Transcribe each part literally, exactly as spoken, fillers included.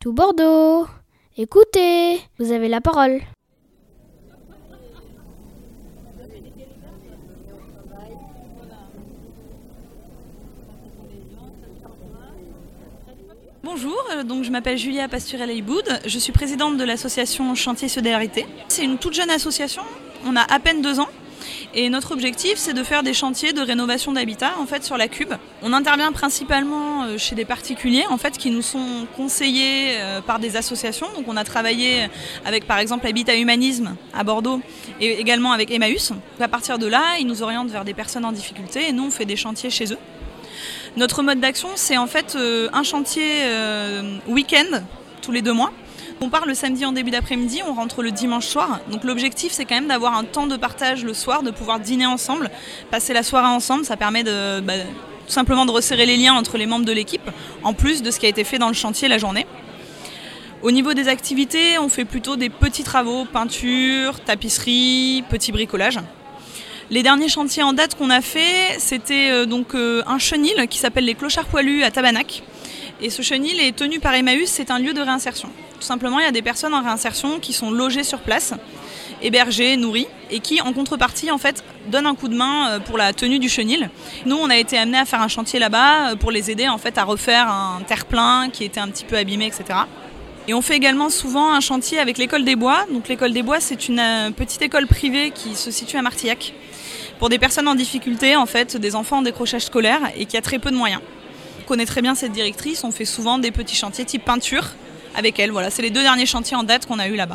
Tout Bordeaux, écoutez, vous avez la parole. Bonjour, donc je m'appelle Julia Pasturel-Eiboud, je suis présidente de l'association Chantier Solidarité. C'est une toute jeune association, on a à peine deux ans et notre objectif c'est de faire des chantiers de rénovation d'habitat en fait sur la Cube. On intervient principalement chez des particuliers en fait qui nous sont conseillés par des associations. Donc on a travaillé avec par exemple Habitat Humanisme à Bordeaux et également avec Emmaüs. À partir de là, ils nous orientent vers des personnes en difficulté et nous on fait des chantiers chez eux. Notre mode d'action, c'est en fait euh, un chantier euh, week-end, tous les deux mois. On part le samedi en début d'après-midi, on rentre le dimanche soir. Donc l'objectif, c'est quand même d'avoir un temps de partage le soir, de pouvoir dîner ensemble, passer la soirée ensemble. Ça permet de, bah, tout simplement de resserrer les liens entre les membres de l'équipe, en plus de ce qui a été fait dans le chantier la journée. Au niveau des activités, on fait plutôt des petits travaux, peinture, tapisserie, petit bricolage. Les derniers chantiers en date qu'on a fait, c'était euh, donc euh, un chenil qui s'appelle les Clochards Poilus à Tabanac. Et ce chenil est tenu par Emmaüs, c'est un lieu de réinsertion. Tout simplement, il y a des personnes en réinsertion qui sont logées sur place, hébergées, nourries, et qui, en contrepartie, en fait, donnent un coup de main pour la tenue du chenil. Nous, on a été amenés à faire un chantier là-bas pour les aider en fait, à refaire un terre-plein qui était un petit peu abîmé, et cetera. Et on fait également souvent un chantier avec l'école des Bois. Donc l'école des Bois, c'est une euh, petite école privée qui se situe à Martillac, pour des personnes en difficulté, en fait, des enfants en décrochage scolaire et qui a très peu de moyens. On connaît très bien cette directrice, on fait souvent des petits chantiers type peinture avec elle. Voilà, c'est les deux derniers chantiers en date qu'on a eu là-bas.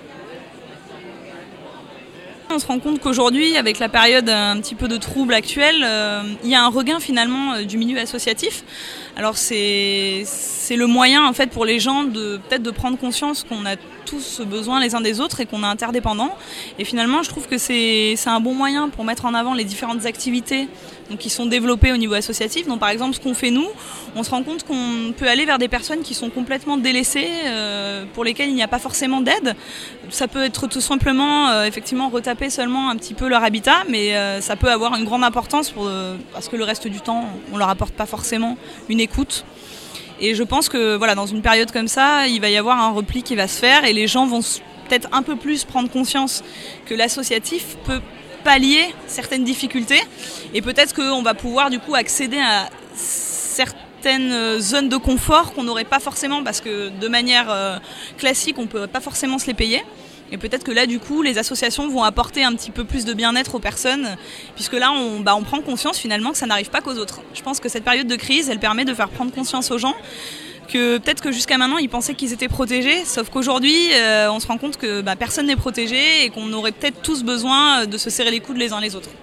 On se rend compte qu'aujourd'hui, avec la période un petit peu de trouble actuelle, euh, il y a un regain finalement euh, du milieu associatif. Alors c'est, c'est le moyen en fait pour les gens de peut-être de prendre conscience qu'on a tous besoin les uns des autres et qu'on est interdépendants. Et finalement, je trouve que c'est, c'est un bon moyen pour mettre en avant les différentes activités donc, qui sont développées au niveau associatif. Donc par exemple, ce qu'on fait nous, on se rend compte qu'on peut aller vers des personnes qui sont complètement délaissées, euh, pour lesquelles il n'y a pas forcément d'aide. Ça peut être tout simplement euh, effectivement retaper seulement un petit peu leur habitat, mais euh, ça peut avoir une grande importance pour, euh, parce que le reste du temps, on leur apporte pas forcément une écoute. Et je pense que voilà, dans une période comme ça, il va y avoir un repli qui va se faire et les gens vont peut-être un peu plus prendre conscience que l'associatif peut pallier certaines difficultés et peut-être qu'on va pouvoir du coup accéder à certaines zones de confort qu'on n'aurait pas forcément parce que de manière euh, classique, on ne peut pas forcément se les payer. Et peut-être que là, du coup, les associations vont apporter un petit peu plus de bien-être aux personnes, puisque là, on, bah, on prend conscience finalement que ça n'arrive pas qu'aux autres. Je pense que cette période de crise, elle permet de faire prendre conscience aux gens que peut-être que jusqu'à maintenant, ils pensaient qu'ils étaient protégés, sauf qu'aujourd'hui, euh, on se rend compte que bah, personne n'est protégé et qu'on aurait peut-être tous besoin de se serrer les coudes les uns les autres.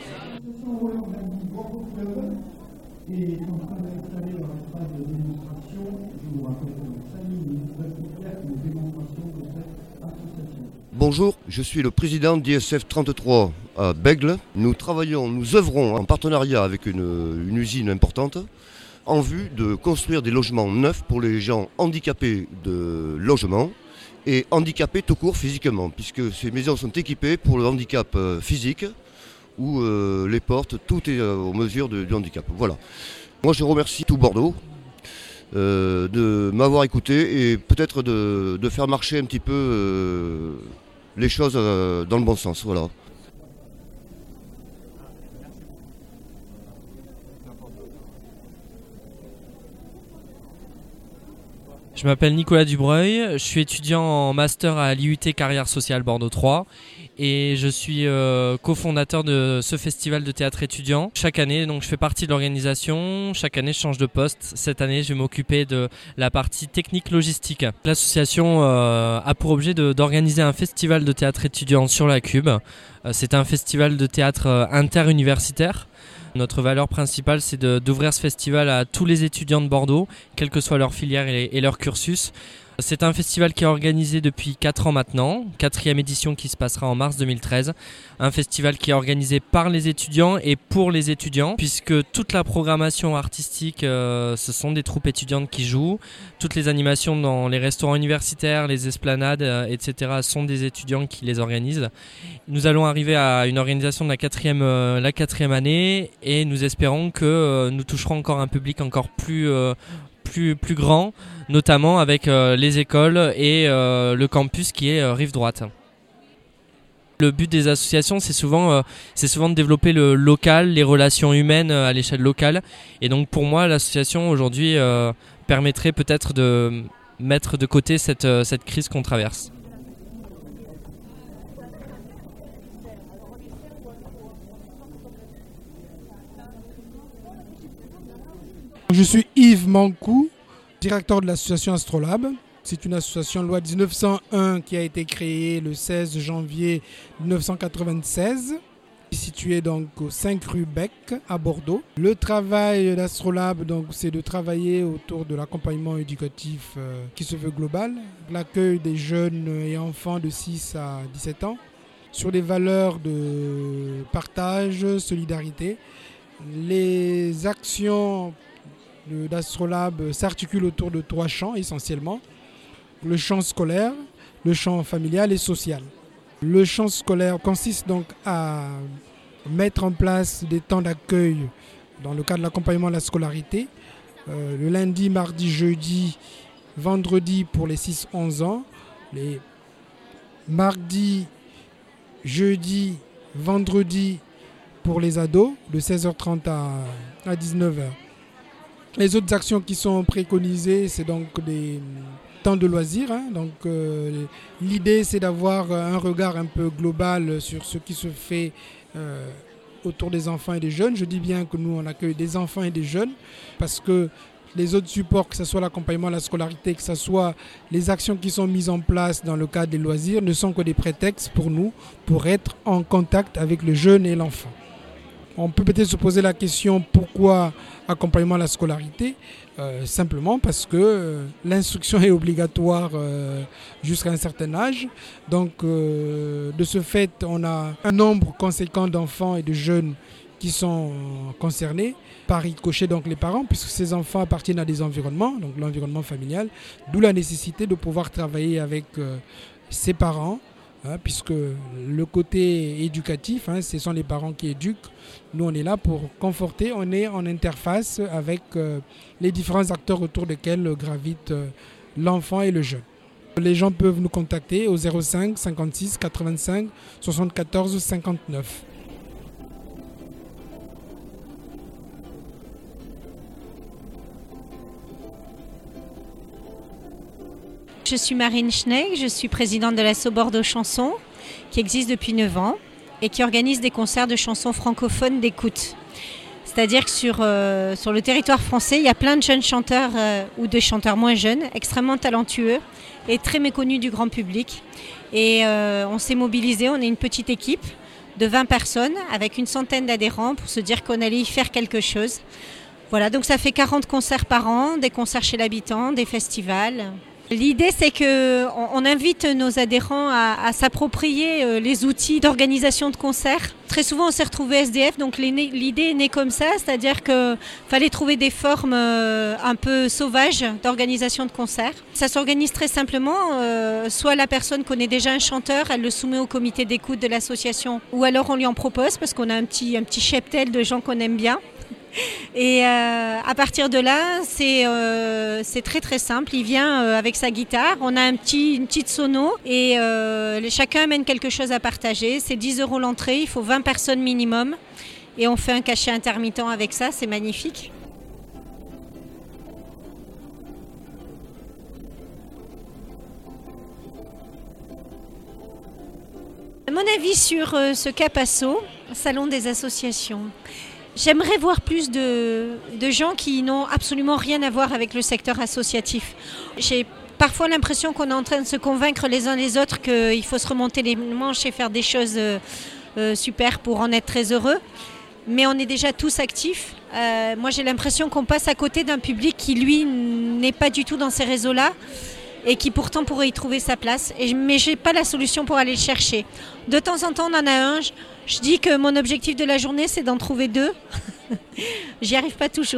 Bonjour, je suis le président d'I S F trente-trois à Bègles. Nous travaillons, nous œuvrons en partenariat avec une, une usine importante en vue de construire des logements neufs pour les gens handicapés de logement et handicapés tout court physiquement, puisque ces maisons sont équipées pour le handicap physique où euh, les portes, tout est aux mesures de, du handicap. Voilà. Moi je remercie tout Bordeaux euh, de m'avoir écouté et peut-être de, de faire marcher un petit peu euh, les choses euh, dans le bon sens. Voilà. Je m'appelle Nicolas Dubreuil, je suis étudiant en master à l'I U T Carrière Sociale Bordeaux trois et je suis euh, cofondateur de ce festival de théâtre étudiant. Chaque année, donc, je fais partie de l'organisation, chaque année je change de poste. Cette année, je vais m'occuper de la partie technique logistique. L'association euh, a pour objet de, d'organiser un festival de théâtre étudiant sur la Cube. Euh, c'est un festival de théâtre euh, interuniversitaire. Notre valeur principale, c'est de, d'ouvrir ce festival à tous les étudiants de Bordeaux, quelle que soit leur filière et, et leur cursus. C'est un festival qui est organisé depuis quatre ans maintenant, quatrième édition qui se passera en mars deux mille treize. Un festival qui est organisé par les étudiants et pour les étudiants, puisque toute la programmation artistique, euh, ce sont des troupes étudiantes qui jouent. Toutes les animations dans les restaurants universitaires, les esplanades, euh, et cetera sont des étudiants qui les organisent. Nous allons arriver à une organisation de la quatrième, euh, la quatrième année et nous espérons que euh, nous toucherons encore un public encore plus... Euh, plus, plus grand, notamment avec euh, les écoles et euh, le campus qui est euh, rive droite. Le but des associations, c'est souvent, euh, c'est souvent de développer le local, les relations humaines à l'échelle locale. Et donc pour moi, l'association aujourd'hui euh, permettrait peut-être de mettre de côté cette, euh, cette crise qu'on traverse. Je suis Yves Mancou, directeur de l'association Astrolabe. C'est une association loi dix-neuf cent un qui a été créée le seize janvier mille neuf cent quatre-vingt-seize, située donc au cinq rue Bec à Bordeaux. Le travail d'Astrolabe, donc, c'est de travailler autour de l'accompagnement éducatif euh, qui se veut global, l'accueil des jeunes et enfants de six à dix-sept ans, sur des valeurs de partage, solidarité. Les actions d'Astrolabe s'articulent autour de trois champs essentiellement. Le champ scolaire, le champ familial et social. Le champ scolaire consiste donc à mettre en place des temps d'accueil dans le cadre de l'accompagnement à la scolarité. Euh, le lundi, mardi, jeudi, vendredi pour les six à onze ans. Les mardi, jeudi, vendredi pour les ados, de seize heures trente à dix-neuf heures. Les autres actions qui sont préconisées, c'est donc des temps de loisirs. Hein. Donc, euh, l'idée, c'est d'avoir un regard un peu global sur ce qui se fait euh, autour des enfants et des jeunes. Je dis bien que nous, on accueille des enfants et des jeunes parce que les autres supports, que ce soit l'accompagnement à la scolarité, que ce soit les actions qui sont mises en place dans le cadre des loisirs, ne sont que des prétextes pour nous pour être en contact avec le jeune et l'enfant. On peut peut-être se poser la question pourquoi accompagnement à la scolarité, euh, simplement parce que euh, l'instruction est obligatoire euh, jusqu'à un certain âge. Donc euh, de ce fait, on a un nombre conséquent d'enfants et de jeunes qui sont concernés, par ricochet donc les parents, puisque ces enfants appartiennent à des environnements, donc l'environnement familial, d'où la nécessité de pouvoir travailler avec euh, ses parents, hein, puisque le côté éducatif, hein, ce sont les parents qui éduquent. Nous, on est là pour conforter, on est en interface avec euh, les différents acteurs autour desquels gravitent euh, l'enfant et le jeune. Les gens peuvent nous contacter au zéro cinq cinquante-six quatre-vingt-cinq soixante-quatorze cinquante-neuf. Je suis Marine Schneeg, je suis présidente de l'asso Bordeaux Chansons, qui existe depuis neuf ans et qui organise des concerts de chansons francophones d'écoute. C'est-à-dire que sur, euh, sur le territoire français, il y a plein de jeunes chanteurs euh, ou de chanteurs moins jeunes, extrêmement talentueux et très méconnus du grand public. Et euh, on s'est mobilisés, on est une petite équipe de vingt personnes avec une centaine d'adhérents pour se dire qu'on allait y faire quelque chose. Voilà, donc ça fait quarante concerts par an, des concerts chez l'habitant, des festivals. L'idée, c'est qu'on invite nos adhérents à, à s'approprier les outils d'organisation de concerts. Très souvent, on s'est retrouvé S D F, donc l'idée est née comme ça, c'est-à-dire qu'il fallait trouver des formes un peu sauvages d'organisation de concerts. Ça s'organise très simplement, euh, soit la personne connaît déjà un chanteur, elle le soumet au comité d'écoute de l'association, ou alors on lui en propose, parce qu'on a un petit, un petit cheptel de gens qu'on aime bien. Et euh, à partir de là, c'est euh, c'est très très simple. Il vient euh, avec sa guitare, on a un petit, une petite sono et euh, chacun amène quelque chose à partager. C'est dix euros l'entrée, il faut vingt personnes minimum et on fait un cachet intermittent avec ça, c'est magnifique. Mon avis sur euh, ce Capasso, salon des associations. J'aimerais voir plus de, de gens qui n'ont absolument rien à voir avec le secteur associatif. J'ai parfois l'impression qu'on est en train de se convaincre les uns les autres qu'il faut se remonter les manches et faire des choses euh, euh, super pour en être très heureux. Mais on est déjà tous actifs. Euh, moi, j'ai l'impression qu'on passe à côté d'un public qui, lui, n'est pas du tout dans ces réseaux-là et qui pourtant pourrait y trouver sa place. Et, mais je n'ai pas la solution pour aller le chercher. De temps en temps, on en a un. Je, je dis que mon objectif de la journée, c'est d'en trouver deux. J'y arrive pas toujours.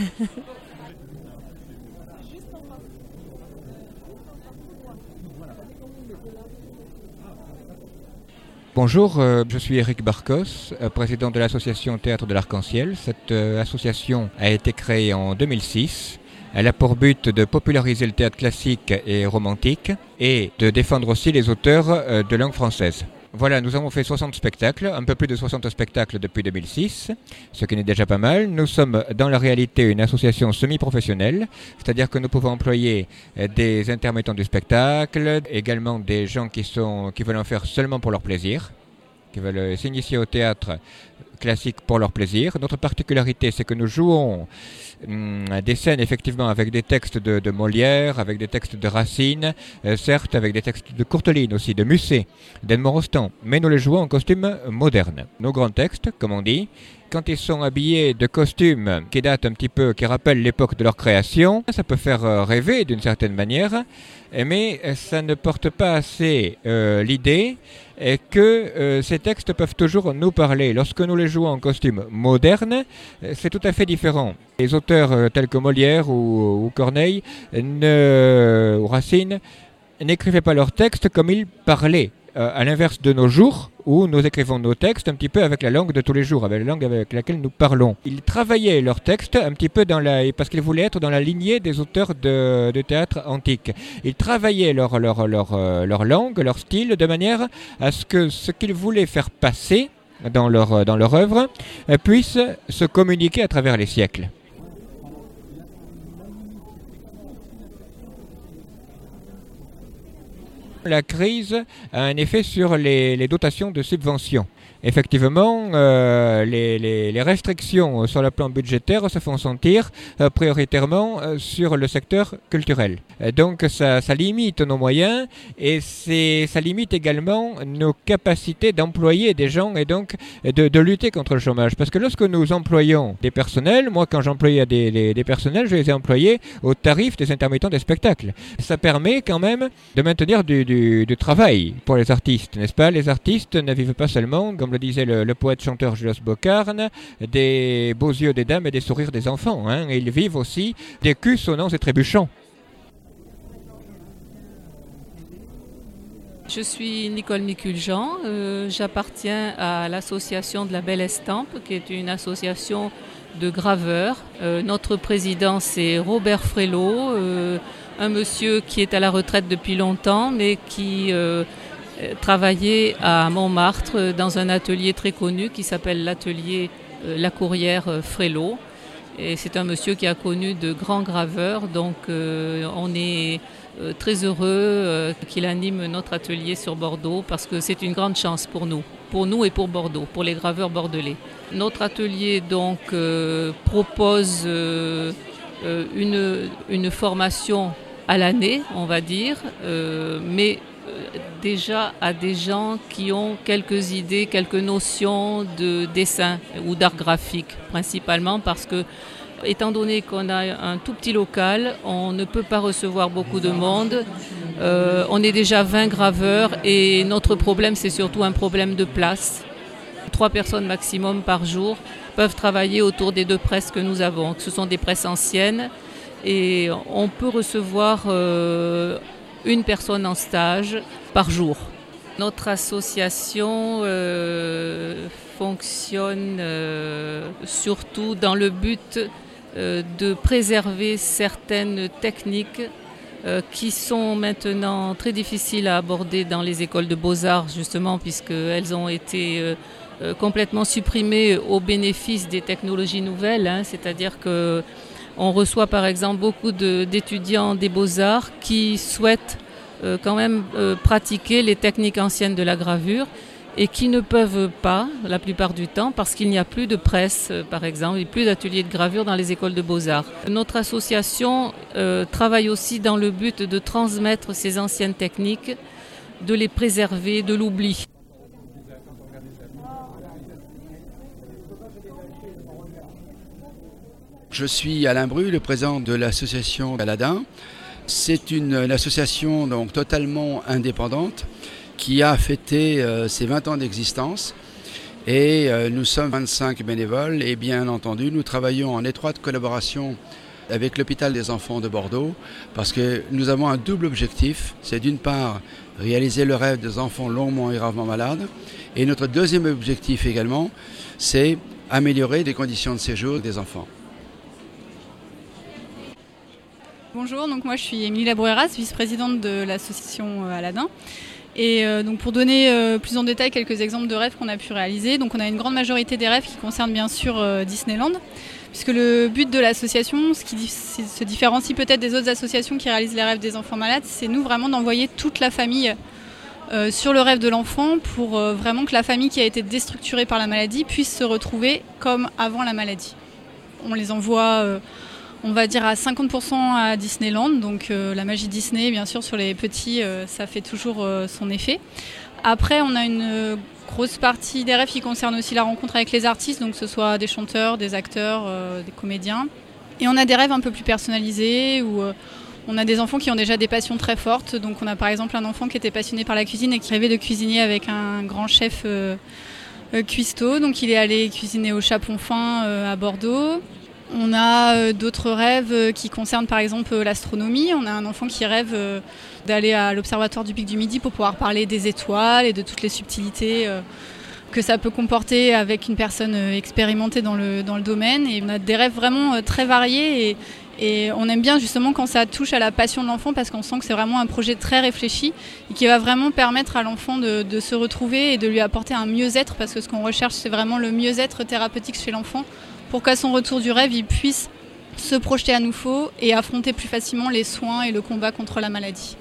Bonjour, euh, je suis Eric Barcos, euh, président de l'association Théâtre de l'Arc-en-Ciel. Cette euh, association a été créée en deux mille six Elle a pour but de populariser le théâtre classique et romantique et de défendre aussi les auteurs de langue française. Voilà, nous avons fait soixante spectacles, un peu plus de soixante spectacles depuis deux mille six, ce qui n'est déjà pas mal. Nous sommes dans la réalité une association semi-professionnelle, c'est-à-dire que nous pouvons employer des intermittents du spectacle, également des gens qui, sont, qui veulent en faire seulement pour leur plaisir, qui veulent s'initier au théâtre classique pour leur plaisir. Notre particularité, c'est que nous jouons hum, des scènes effectivement avec des textes de, de Molière, avec des textes de Racine, euh, certes avec des textes de Courteline aussi, de Musset, d'Edmond Rostand, mais nous les jouons en costume moderne. Nos grands textes, comme on dit, quand ils sont habillés de costumes qui datent un petit peu, qui rappellent l'époque de leur création, ça peut faire rêver d'une certaine manière, mais ça ne porte pas assez euh, l'idée que euh, ces textes peuvent toujours nous parler. Lorsque nous les jouons en costume moderne, c'est tout à fait différent. Les auteurs euh, tels que Molière ou, ou Corneille ne, ou Racine n'écrivaient pas leurs textes comme ils parlaient. Euh, à l'inverse de nos jours, où nous écrivons nos textes un petit peu avec la langue de tous les jours, avec la langue avec laquelle nous parlons. Ils travaillaient leurs textes un petit peu dans la, parce qu'ils voulaient être dans la lignée des auteurs de, de théâtre antique. Ils travaillaient leur, leur, leur, leur langue, leur style, de manière à ce que ce qu'ils voulaient faire passer dans leur, dans leur œuvre puisse se communiquer à travers les siècles. La crise a un effet sur les, les dotations de subventions. Effectivement, euh, les, les, les restrictions sur le plan budgétaire se font sentir euh, prioritairement euh, sur le secteur culturel. Euh, donc ça, ça limite nos moyens et c'est, ça limite également nos capacités d'employer des gens et donc de, de lutter contre le chômage. Parce que lorsque nous employons des personnels, moi quand j'employais des, des, des personnels, je les ai employés au tarif des intermittents des spectacles. Ça permet quand même de maintenir du, du, du travail pour les artistes, n'est-ce pas? Les artistes ne vivent pas seulement, comme le disait le, le poète-chanteur Julius Bocarne, des beaux yeux des dames et des sourires des enfants. Hein. Et ils vivent aussi des culs sonnants et trébuchants. Je suis Nicole Miculjean, euh, j'appartiens à l'association de la Belle Estampe, qui est une association de graveurs. Euh, notre président, c'est Robert Frélot, euh, un monsieur qui est à la retraite depuis longtemps, mais qui euh, travaillait à Montmartre dans un atelier très connu qui s'appelle l'atelier euh, La Courrière Frélot. Et c'est un monsieur qui a connu de grands graveurs, donc euh, on est euh, très heureux euh, qu'il anime notre atelier sur Bordeaux parce que c'est une grande chance pour nous, pour nous et pour Bordeaux, pour les graveurs bordelais. Notre atelier donc euh, propose euh, euh, une, une formation à l'année, on va dire, euh, mais déjà à des gens qui ont quelques idées, quelques notions de dessin ou d'art graphique, principalement parce que, étant donné qu'on a un tout petit local, on ne peut pas recevoir beaucoup de monde. Euh, on est déjà vingt graveurs et notre problème, c'est surtout un problème de place. Trois personnes maximum par jour peuvent travailler autour des deux presses que nous avons. Ce sont des presses anciennes et on peut recevoir euh, une personne en stage par jour. Notre association euh, fonctionne euh, surtout dans le but euh, de préserver certaines techniques euh, qui sont maintenant très difficiles à aborder dans les écoles de beaux-arts, justement, puisqu'elles ont été euh, euh, complètement supprimées au bénéfice des technologies nouvelles, hein, c'est-à-dire que on reçoit par exemple beaucoup de, d'étudiants des beaux-arts qui souhaitent euh, quand même euh, pratiquer les techniques anciennes de la gravure et qui ne peuvent pas la plupart du temps parce qu'il n'y a plus de presse euh, par exemple, et plus d'ateliers de gravure dans les écoles de beaux-arts. Notre association euh, travaille aussi dans le but de transmettre ces anciennes techniques, de les préserver de l'oubli. Je suis Alain Bru, le président de l'association Aladin. C'est une, une association donc totalement indépendante qui a fêté euh, ses vingt ans d'existence et euh, nous sommes vingt-cinq bénévoles et bien entendu nous travaillons en étroite collaboration avec l'hôpital des enfants de Bordeaux parce que nous avons un double objectif, c'est d'une part réaliser le rêve des enfants longuement et gravement malades et notre deuxième objectif également c'est améliorer les conditions de séjour des enfants. Bonjour, donc moi je suis Émilie Labrouéras, vice-présidente de l'association Aladin. Et euh, donc pour donner euh, plus en détail quelques exemples de rêves qu'on a pu réaliser, donc on a une grande majorité des rêves qui concernent bien sûr euh, Disneyland, puisque le but de l'association, ce qui se différencie peut-être des autres associations qui réalisent les rêves des enfants malades, c'est nous vraiment d'envoyer toute la famille euh, sur le rêve de l'enfant pour euh, vraiment que la famille qui a été déstructurée par la maladie puisse se retrouver comme avant la maladie. On les envoie... Euh, On va dire à cinquante pour cent à Disneyland, donc euh, la magie Disney, bien sûr, sur les petits, euh, ça fait toujours euh, son effet. Après, on a une euh, grosse partie des rêves qui concerne aussi la rencontre avec les artistes, donc que ce soit des chanteurs, des acteurs, euh, des comédiens. Et on a des rêves un peu plus personnalisés, où euh, on a des enfants qui ont déjà des passions très fortes. Donc on a par exemple un enfant qui était passionné par la cuisine et qui rêvait de cuisiner avec un grand chef euh, euh, cuistot. Donc il est allé cuisiner au Chapon Fin euh, à Bordeaux. On a euh, d'autres rêves euh, qui concernent par exemple euh, l'astronomie. On a un enfant qui rêve euh, d'aller à l'observatoire du Pic du Midi pour pouvoir parler des étoiles et de toutes les subtilités euh, que ça peut comporter avec une personne euh, expérimentée dans le, dans le domaine. Et on a des rêves vraiment euh, très variés et, et on aime bien justement quand ça touche à la passion de l'enfant parce qu'on sent que c'est vraiment un projet très réfléchi et qui va vraiment permettre à l'enfant de, de se retrouver et de lui apporter un mieux-être, parce que ce qu'on recherche c'est vraiment le mieux-être thérapeutique chez l'enfant, pour qu'à son retour du rêve, il puisse se projeter à nouveau et affronter plus facilement les soins et le combat contre la maladie.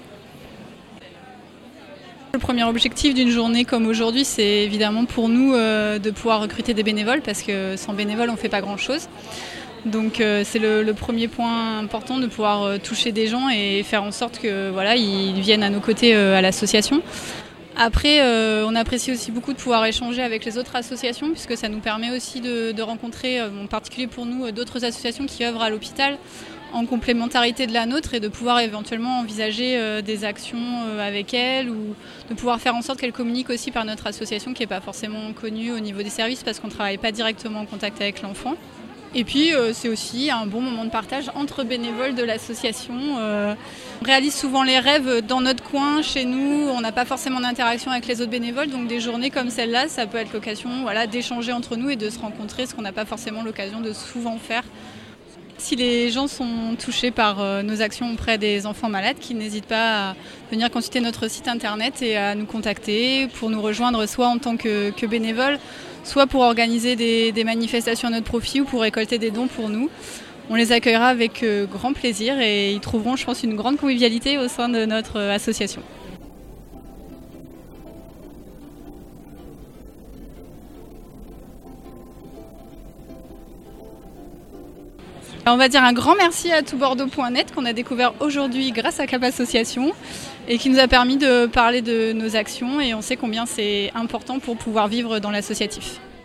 Le premier objectif d'une journée comme aujourd'hui, c'est évidemment pour nous euh, de pouvoir recruter des bénévoles, parce que sans bénévoles, on ne fait pas grand-chose. Donc euh, c'est le, le premier point important, de pouvoir euh, toucher des gens et faire en sorte que voilà, ils viennent à nos côtés euh, à l'association. Après, euh, on apprécie aussi beaucoup de pouvoir échanger avec les autres associations, puisque ça nous permet aussi de, de rencontrer, en particulier pour nous, d'autres associations qui œuvrent à l'hôpital en complémentarité de la nôtre, et de pouvoir éventuellement envisager euh, des actions euh, avec elles, ou de pouvoir faire en sorte qu'elles communiquent aussi par notre association qui n'est pas forcément connue au niveau des services, parce qu'on ne travaille pas directement en contact avec l'enfant. Et puis euh, c'est aussi un bon moment de partage entre bénévoles de l'association. Euh, on réalise souvent les rêves dans notre coin, chez nous, on n'a pas forcément d'interaction avec les autres bénévoles, donc des journées comme celle-là, ça peut être l'occasion voilà, d'échanger entre nous et de se rencontrer, ce qu'on n'a pas forcément l'occasion de souvent faire. Si les gens sont touchés par euh, nos actions auprès des enfants malades, qu'ils n'hésitent pas à venir consulter notre site internet et à nous contacter pour nous rejoindre, soit en tant que, que bénévoles, soit pour organiser des, des manifestations à notre profit ou pour récolter des dons pour nous. On les accueillera avec euh, grand plaisir et ils trouveront, je pense, une grande convivialité au sein de notre euh, association. On va dire un grand merci à tout bordeaux point net qu'on a découvert aujourd'hui grâce à Cap Association et qui nous a permis de parler de nos actions, et on sait combien c'est important pour pouvoir vivre dans l'associatif.